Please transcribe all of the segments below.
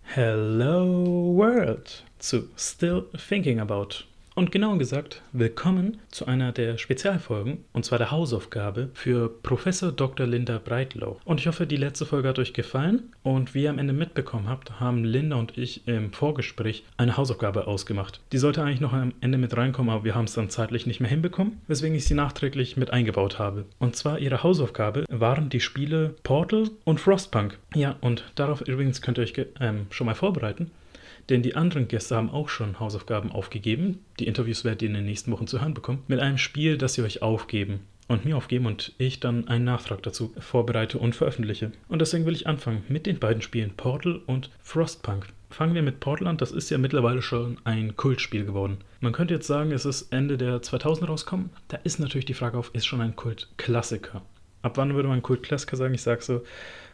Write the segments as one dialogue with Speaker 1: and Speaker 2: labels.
Speaker 1: Hello World zu Still Thinking About. Und genauer gesagt, willkommen zu einer der Spezialfolgen, und zwar der Hausaufgabe für Professor Dr. Linda Breitlauch. Und ich hoffe, die letzte Folge hat euch gefallen. Und wie ihr am Ende mitbekommen habt, haben Linda und ich im Vorgespräch eine Hausaufgabe ausgemacht. Die sollte eigentlich noch am Ende mit reinkommen, aber wir haben es dann zeitlich nicht mehr hinbekommen, weswegen ich sie nachträglich mit eingebaut habe. Und zwar ihre Hausaufgabe waren die Spiele Portal und Frostpunk. Ja, und darauf übrigens könnt ihr euch schon mal vorbereiten. Denn die anderen Gäste haben auch schon Hausaufgaben aufgegeben. Die Interviews werdet ihr in den nächsten Wochen zu hören bekommen. Mit einem Spiel, das sie euch aufgeben und mir aufgeben und ich dann einen Nachtrag dazu vorbereite und veröffentliche. Und deswegen will ich anfangen mit den beiden Spielen Portal und Frostpunk. Fangen wir mit Portal an. Das ist ja mittlerweile schon ein Kultspiel geworden. Man könnte jetzt sagen, es ist Ende der 2000er rausgekommen. Da ist natürlich die Frage auf, ist schon ein Kultklassiker. Ab wann würde man Kultklassiker sagen? Ich sage so,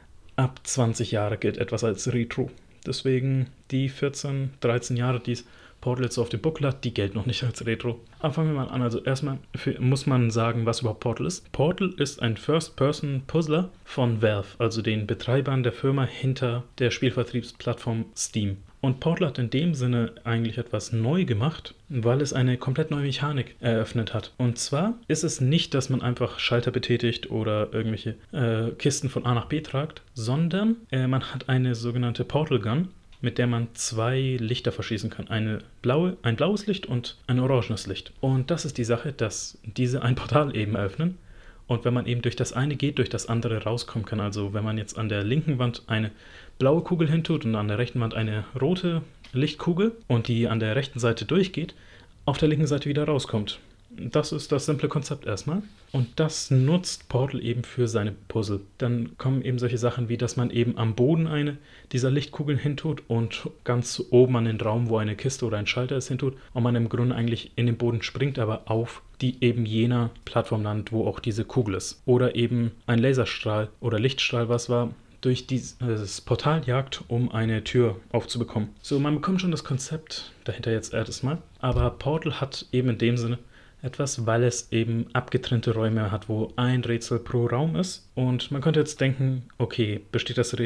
Speaker 1: ab 20 Jahre gilt etwas als Retro. Deswegen die 14, 13 Jahre, die Portal jetzt so auf dem Buckel hat, die gelten noch nicht als Retro. Aber fangen wir mal an. Also erstmal muss man sagen, was überhaupt Portal ist. Portal ist ein First-Person-Puzzler von Valve, also den Betreibern der Firma hinter der Spielvertriebsplattform Steam. Und Portal hat in dem Sinne eigentlich etwas neu gemacht, weil es eine komplett neue Mechanik eröffnet hat. Und zwar ist es nicht, dass man einfach Schalter betätigt oder irgendwelche Kisten von A nach B tragt, sondern man hat eine sogenannte Portal Gun, mit der man zwei Lichter verschießen kann. Ein blaues Licht und ein orangenes Licht. Und das ist die Sache, dass diese ein Portal eben eröffnen. Und wenn man eben durch das eine geht, durch das andere rauskommen kann. Also wenn man jetzt an der linken Wand eine blaue Kugel hintut und an der rechten Wand eine rote Lichtkugel und die an der rechten Seite durchgeht, auf der linken Seite wieder rauskommt. Das ist das simple Konzept erstmal. Und das nutzt Portal eben für seine Puzzle. Dann kommen eben solche Sachen wie, dass man eben am Boden eine dieser Lichtkugeln hintut und ganz oben an den Raum, wo eine Kiste oder ein Schalter ist, hintut und man im Grunde eigentlich in den Boden springt, aber auf die eben jener Plattform landet, wo auch diese Kugel ist. Oder eben ein Laserstrahl oder Lichtstrahl, was war, durch dieses Portal jagt, um eine Tür aufzubekommen. So, man bekommt schon das Konzept dahinter jetzt erstmal. Aber Portal hat eben in dem Sinne etwas, weil es eben abgetrennte Räume hat, wo ein Rätsel pro Raum ist. Und man könnte jetzt denken, okay, besteht das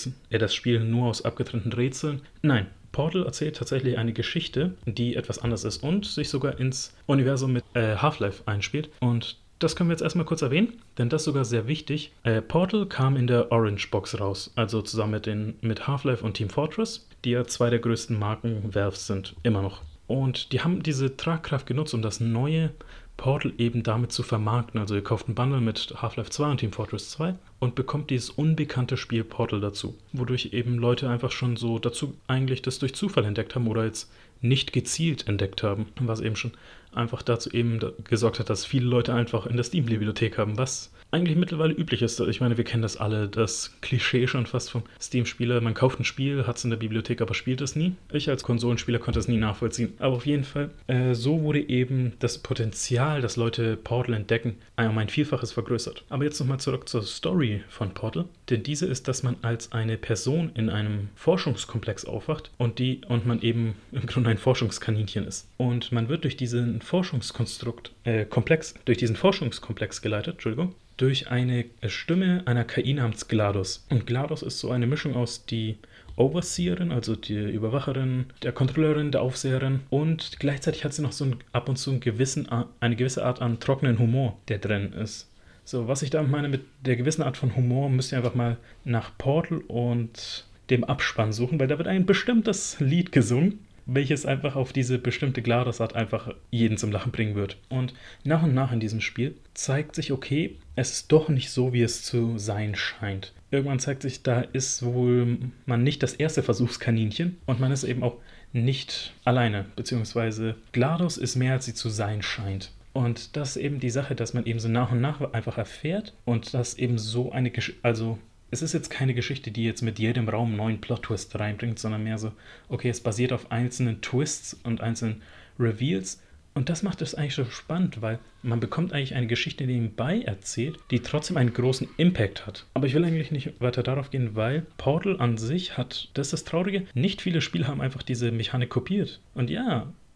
Speaker 1: Spiel nur aus abgetrennten Rätseln? Nein, Portal erzählt tatsächlich eine Geschichte, die etwas anders ist und sich sogar ins Universum mit Half-Life einspielt. Und das können wir jetzt erstmal kurz erwähnen, denn das ist sogar sehr wichtig. Portal kam in der Orange Box raus, also zusammen mit Half-Life und Team Fortress, die ja zwei der größten Marken Valves sind, immer noch. Und die haben diese Tragkraft genutzt, um das neue Portal eben damit zu vermarkten. Also ihr kauft einen Bundle mit Half-Life 2 und Team Fortress 2 und bekommt dieses unbekannte Spiel Portal dazu. Wodurch eben Leute einfach schon so dazu eigentlich das durch Zufall entdeckt haben oder jetzt nicht gezielt entdeckt haben. Was eben schon einfach dazu eben gesorgt hat, dass viele Leute einfach in der Steam-Bibliothek haben, was eigentlich mittlerweile üblich ist. Ich meine, wir kennen das alle, das Klischee schon fast vom Steam-Spieler. Man kauft ein Spiel, hat es in der Bibliothek, aber spielt es nie. Ich als Konsolenspieler konnte es nie nachvollziehen. Aber auf jeden Fall, so wurde eben das Potenzial, dass Leute Portal entdecken, um ein Vielfaches vergrößert. Aber jetzt nochmal zurück zur Story von Portal. Denn diese ist, dass man als eine Person in einem Forschungskomplex aufwacht und man eben im Grunde ein Forschungskaninchen ist. Und man wird durch diesen Forschungskomplex geleitet, durch eine Stimme einer KI namens GLaDOS. Und GLaDOS ist so eine Mischung aus die Overseerin, also die Überwacherin, der Kontrolleurin, der Aufseherin und gleichzeitig hat sie noch so ab und zu eine gewisse Art an trockenen Humor, der drin ist. So, was ich da meine mit der gewissen Art von Humor, müsst ihr einfach mal nach Portal und dem Abspann suchen, weil da wird ein bestimmtes Lied gesungen, welches einfach auf diese bestimmte GLaDOS-Art einfach jeden zum Lachen bringen wird. Und nach in diesem Spiel zeigt sich, okay, es ist doch nicht so, wie es zu sein scheint. Irgendwann zeigt sich, da ist wohl man nicht das erste Versuchskaninchen und man ist eben auch nicht alleine, beziehungsweise GLaDOS ist mehr, als sie zu sein scheint. Und das ist eben die Sache, dass man eben so nach und nach einfach erfährt und dass eben so eine es ist jetzt keine Geschichte, die jetzt mit jedem Raum einen neuen Plot-Twist reinbringt, sondern mehr so, okay, es basiert auf einzelnen Twists und einzelnen Reveals. Und das macht es eigentlich so spannend, weil man bekommt eigentlich eine Geschichte nebenbei erzählt, die trotzdem einen großen Impact hat. Aber ich will eigentlich nicht weiter darauf gehen, weil Portal an sich hat, das ist das Traurige, nicht viele Spiele haben einfach diese Mechanik kopiert. Und ja,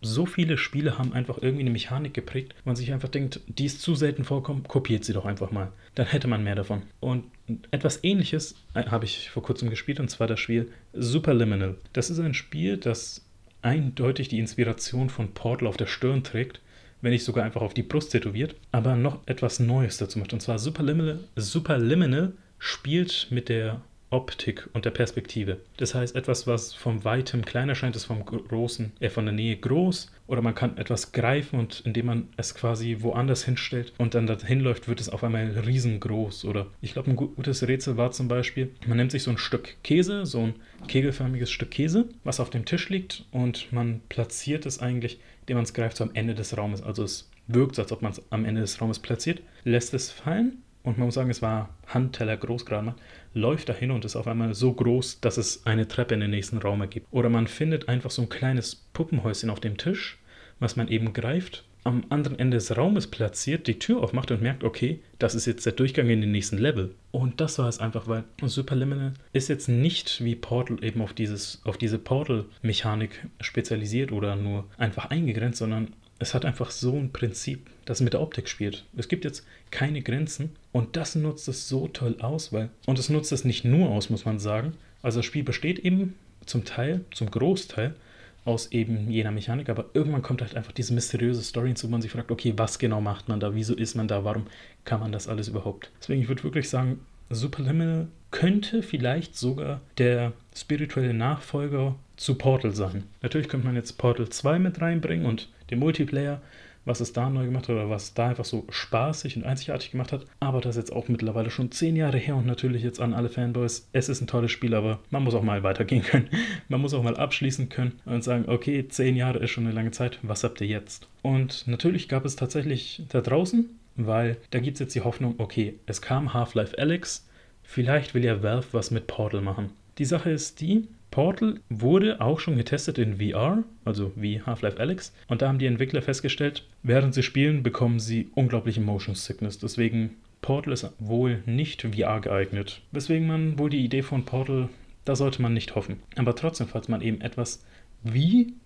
Speaker 1: so viele Spiele haben einfach irgendwie eine Mechanik geprägt, wo man sich einfach denkt, die ist zu selten vorkommen, kopiert sie doch einfach mal. Dann hätte man mehr davon. Und etwas Ähnliches habe ich vor kurzem gespielt, und zwar das Spiel Superliminal. Das ist ein Spiel, das eindeutig die Inspiration von Portal auf der Stirn trägt, wenn nicht sogar einfach auf die Brust tätowiert, aber noch etwas Neues dazu macht. Und zwar Superliminal spielt mit der Optik und der Perspektive. Das heißt, etwas, was vom Weitem klein erscheint, ist von der Nähe groß, oder man kann etwas greifen und indem man es quasi woanders hinstellt und dann dahin läuft, wird es auf einmal riesengroß. Oder ich glaube, ein gutes Rätsel war zum Beispiel, man nimmt sich so ein Stück Käse, so ein kegelförmiges Stück Käse, was auf dem Tisch liegt, und man platziert es eigentlich, indem man es greift, so am Ende des Raumes. Also es wirkt so, als ob man es am Ende des Raumes platziert, lässt es fallen. Und man muss sagen, es war Handteller groß gerade mal, läuft dahin und ist auf einmal so groß, dass es eine Treppe in den nächsten Raum ergibt. Oder man findet einfach so ein kleines Puppenhäuschen auf dem Tisch, was man eben greift, am anderen Ende des Raumes platziert, die Tür aufmacht und merkt, okay, das ist jetzt der Durchgang in den nächsten Level. Und das war es einfach, weil Superliminal ist jetzt nicht wie Portal eben auf diese Portal-Mechanik spezialisiert oder nur einfach eingegrenzt, sondern es hat einfach so ein Prinzip, das mit der Optik spielt. Es gibt jetzt keine Grenzen, und das nutzt es so toll aus, und es nutzt es nicht nur aus, muss man sagen. Also das Spiel besteht eben zum Großteil aus eben jener Mechanik, aber irgendwann kommt halt einfach diese mysteriöse Story hinzu, wo man sich fragt, okay, was genau macht man da, wieso ist man da, warum kann man das alles überhaupt? Deswegen, ich würde wirklich sagen, Superliminal könnte vielleicht sogar der spirituelle Nachfolger zu Portal sein. Natürlich könnte man jetzt Portal 2 mit reinbringen und den Multiplayer, was es da neu gemacht hat oder was da einfach so spaßig und einzigartig gemacht hat. Aber das ist jetzt auch mittlerweile schon 10 Jahre her, und natürlich jetzt an alle Fanboys, es ist ein tolles Spiel, aber man muss auch mal weitergehen können. Man muss auch mal abschließen können und sagen, okay, 10 Jahre ist schon eine lange Zeit, was habt ihr jetzt? Und natürlich gab es tatsächlich da draußen, weil da gibt es jetzt die Hoffnung, okay, es kam Half-Life Alyx, vielleicht will ja Valve was mit Portal machen. Die Sache ist die, Portal wurde auch schon getestet in VR, also wie Half-Life Alyx, und da haben die Entwickler festgestellt, während sie spielen, bekommen sie unglaubliche Motion Sickness. Deswegen, Portal ist wohl nicht VR geeignet. Weswegen man wohl die Idee von Portal, da sollte man nicht hoffen. Aber trotzdem, falls man eben etwas wie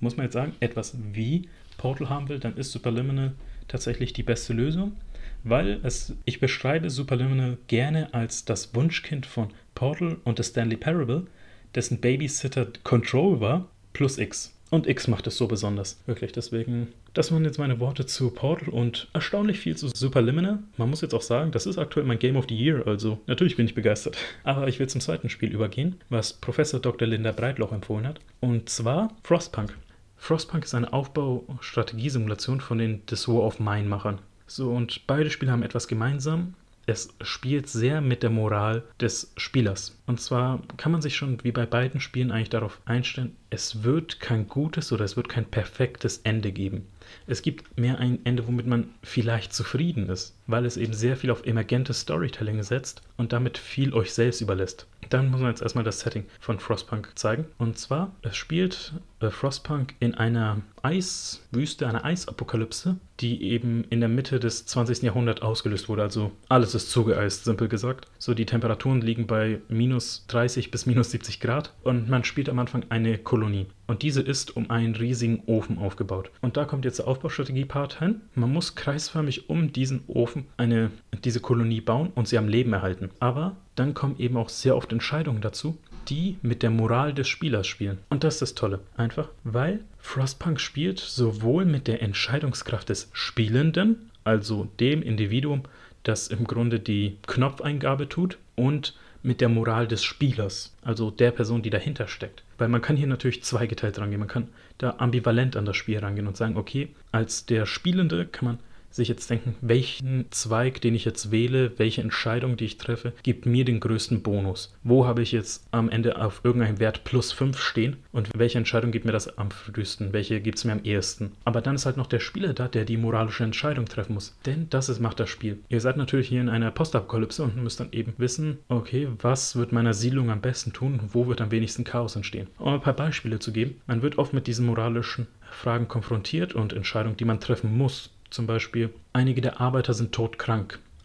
Speaker 1: Portal haben will, dann ist Superliminal tatsächlich die beste Lösung, weil ich beschreibe Superliminal gerne als das Wunschkind von Portal und des Stanley Parable, dessen Babysitter Control war, plus X. Und X macht es so besonders. Wirklich, deswegen, das waren jetzt meine Worte zu Portal und erstaunlich viel zu Superliminal. Man muss jetzt auch sagen, das ist aktuell mein Game of the Year, also natürlich bin ich begeistert. Aber ich will zum zweiten Spiel übergehen, was Professor Dr. Linda Breitlauch empfohlen hat. Und zwar Frostpunk. Frostpunk ist eine Aufbau-Strategiesimulation von den This War of Mine-Machern. So, und beide Spiele haben etwas gemeinsam. Es spielt sehr mit der Moral des Spielers. Und zwar kann man sich schon wie bei beiden Spielen eigentlich darauf einstellen, es wird kein gutes oder es wird kein perfektes Ende geben. Es gibt mehr ein Ende, womit man vielleicht zufrieden ist, weil es eben sehr viel auf emergentes Storytelling setzt und damit viel euch selbst überlässt. Dann muss man jetzt erstmal das Setting von Frostpunk zeigen. Und zwar, es spielt Frostpunk in einer Eiswüste, einer Eisapokalypse, die eben in der Mitte des 20. Jahrhunderts ausgelöst wurde. Also alles ist zugeeist, simpel gesagt. So, die Temperaturen liegen bei minus 30 bis minus 70 Grad und man spielt am Anfang eine Kolonie. Und diese ist um einen riesigen Ofen aufgebaut. Und da kommt jetzt der Aufbaustrategie-Part hin. Man muss kreisförmig um diesen Ofen diese Kolonie bauen und sie am Leben erhalten. Aber dann kommen eben auch sehr oft Entscheidungen dazu, die mit der Moral des Spielers spielen. Und das ist das Tolle. Einfach, weil Frostpunk spielt sowohl mit der Entscheidungskraft des Spielenden, also dem Individuum, das im Grunde die Knopfeingabe tut, und mit der Moral des Spielers, also der Person, die dahinter steckt. Weil man kann hier natürlich zweigeteilt rangehen. Man kann da ambivalent an das Spiel rangehen und sagen, okay, als der Spielende kann man sich jetzt denken, welchen Zweig, den ich jetzt wähle, welche Entscheidung, die ich treffe, gibt mir den größten Bonus. Wo habe ich jetzt am Ende auf irgendeinem Wert plus 5 stehen und welche Entscheidung gibt mir das am frühesten, welche gibt es mir am ehesten. Aber dann ist halt noch der Spieler da, der die moralische Entscheidung treffen muss. Denn macht das Spiel. Ihr seid natürlich hier in einer Postapokalypse und müsst dann eben wissen, okay, was wird meiner Siedlung am besten tun, wo wird am wenigsten Chaos entstehen. Um ein paar Beispiele zu geben, man wird oft mit diesen moralischen Fragen konfrontiert und Entscheidungen, die man treffen muss. Zum Beispiel, einige der Arbeiter sind todkrank.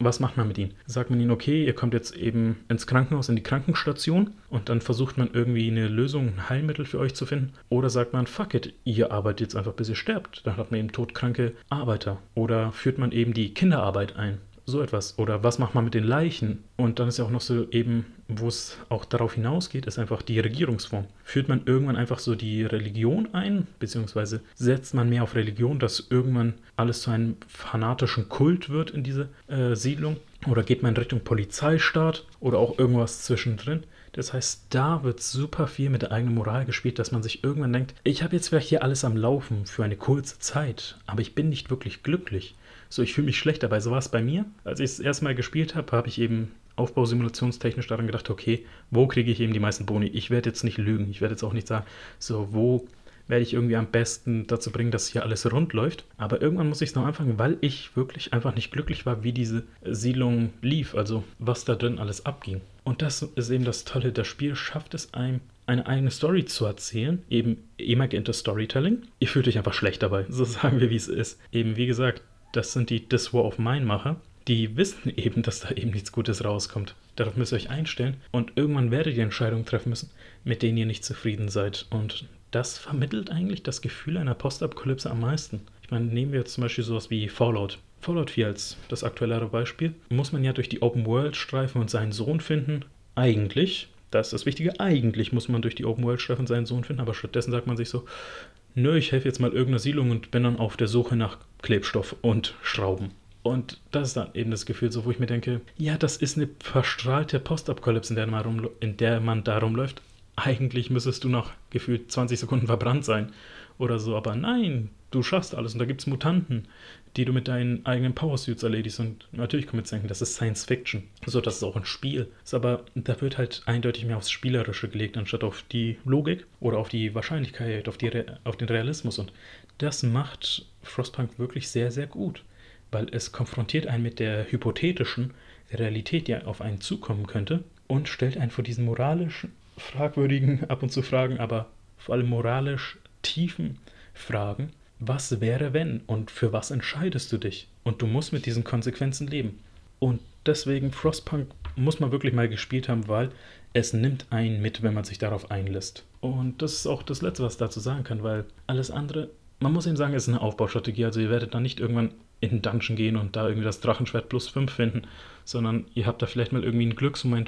Speaker 1: was macht man mit ihnen? Sagt man ihnen, okay, ihr kommt jetzt eben ins Krankenhaus, in die Krankenstation und dann versucht man irgendwie eine Lösung, ein Heilmittel für euch zu finden? Oder sagt man, fuck it, ihr arbeitet jetzt einfach, bis ihr sterbt. Dann hat man eben todkranke Arbeiter. Oder führt man eben die Kinderarbeit ein? So etwas. Oder was macht man mit den Leichen? Und dann ist ja auch noch so eben, wo es auch darauf hinausgeht, ist einfach die Regierungsform. Führt man irgendwann einfach so die Religion ein, beziehungsweise setzt man mehr auf Religion, dass irgendwann alles zu einem fanatischen Kult wird in dieser Siedlung? Oder geht man in Richtung Polizeistaat oder auch irgendwas zwischendrin? Das heißt, da wird super viel mit der eigenen Moral gespielt, dass man sich irgendwann denkt, ich habe jetzt vielleicht hier alles am Laufen für eine kurze Zeit, aber ich bin nicht wirklich glücklich. So, ich fühle mich schlecht dabei. So war es bei mir. Als ich es erstmal gespielt habe, habe ich eben aufbausimulationstechnisch daran gedacht, okay, wo kriege ich eben die meisten Boni? Ich werde jetzt nicht lügen. Ich werde jetzt auch nicht sagen, so, wo werde ich irgendwie am besten dazu bringen, dass hier alles rund läuft. Aber irgendwann muss ich es noch anfangen, weil ich wirklich einfach nicht glücklich war, wie diese Siedlung lief, also was da drin alles abging. Und das ist eben das Tolle, das Spiel schafft es einem, eine eigene Story zu erzählen, eben emergentes Storytelling. Ihr fühlt euch einfach schlecht dabei, so sagen wir, wie es ist. Eben, wie gesagt, das sind die This War of Mine Macher. Die wissen eben, dass da eben nichts Gutes rauskommt. Darauf müsst ihr euch einstellen und irgendwann werdet ihr Entscheidungen treffen müssen, mit denen ihr nicht zufrieden seid. Und das vermittelt eigentlich das Gefühl einer Postapokalypse am meisten. Ich meine, nehmen wir jetzt zum Beispiel sowas wie Fallout. Fallout 4 als das aktuellere Beispiel. Muss man ja durch die Open World streifen und seinen Sohn finden. Eigentlich, das ist das Wichtige, eigentlich muss man durch die Open World streifen und seinen Sohn finden, aber stattdessen sagt man sich so, nö, ich helfe jetzt mal irgendeiner Siedlung und bin dann auf der Suche nach Klebstoff und Schrauben. Und das ist dann eben das Gefühl, so wo ich mir denke, ja, das ist eine verstrahlte Postapokalypse, in der man da rumläuft. Eigentlich müsstest du nach gefühlt 20 Sekunden verbrannt sein oder so, aber nein, du schaffst alles und da gibt es Mutanten, die du mit deinen eigenen Powersuits erledigst und natürlich kann man jetzt denken, das ist Science Fiction, so, das ist auch ein Spiel. Ist aber, da wird halt eindeutig mehr aufs Spielerische gelegt, anstatt auf die Logik oder auf die Wahrscheinlichkeit, auf den Realismus und das macht Frostpunk wirklich sehr, sehr gut, weil es konfrontiert einen mit der hypothetischen Realität, die auf einen zukommen könnte und stellt einen vor diesen moralischen, fragwürdigen, ab und zu Fragen, aber vor allem moralisch tiefen Fragen. Was wäre, wenn? Und für was entscheidest du dich? Und du musst mit diesen Konsequenzen leben. Und deswegen Frostpunk muss man wirklich mal gespielt haben, weil es nimmt einen mit, wenn man sich darauf einlässt. Und das ist auch das Letzte, was ich dazu sagen kann, weil alles andere, man muss eben sagen, es ist eine Aufbaustrategie. Also ihr werdet dann nicht irgendwann in den Dungeon gehen und da irgendwie das Drachenschwert +5 finden, sondern ihr habt da vielleicht mal irgendwie einen Glücksmoment,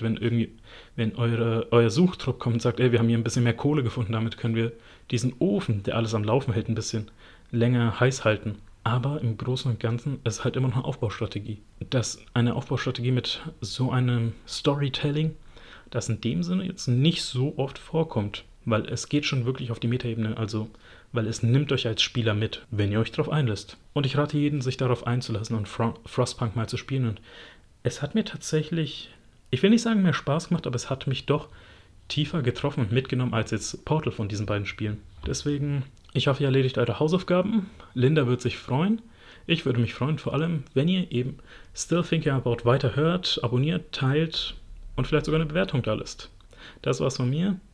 Speaker 1: wenn euer Suchtrupp kommt und sagt, ey, wir haben hier ein bisschen mehr Kohle gefunden, damit können wir diesen Ofen, der alles am Laufen hält, ein bisschen länger heiß halten. Aber im Großen und Ganzen ist es halt immer noch eine Aufbaustrategie. Eine Aufbaustrategie mit so einem Storytelling, das in dem Sinne jetzt nicht so oft vorkommt, weil es geht schon wirklich auf die Metaebene, also weil es nimmt euch als Spieler mit, wenn ihr euch darauf einlässt. Und ich rate jedem, sich darauf einzulassen und Frostpunk mal zu spielen. Und es hat mir tatsächlich, ich will nicht sagen mehr Spaß gemacht, aber es hat mich doch tiefer getroffen und mitgenommen als jetzt Portal von diesen beiden Spielen. Deswegen, ich hoffe, ihr erledigt eure Hausaufgaben. Linda wird sich freuen. Ich würde mich freuen, vor allem, wenn ihr eben Still Thinking About weiter hört, abonniert, teilt und vielleicht sogar eine Bewertung da lässt. Das war's von mir.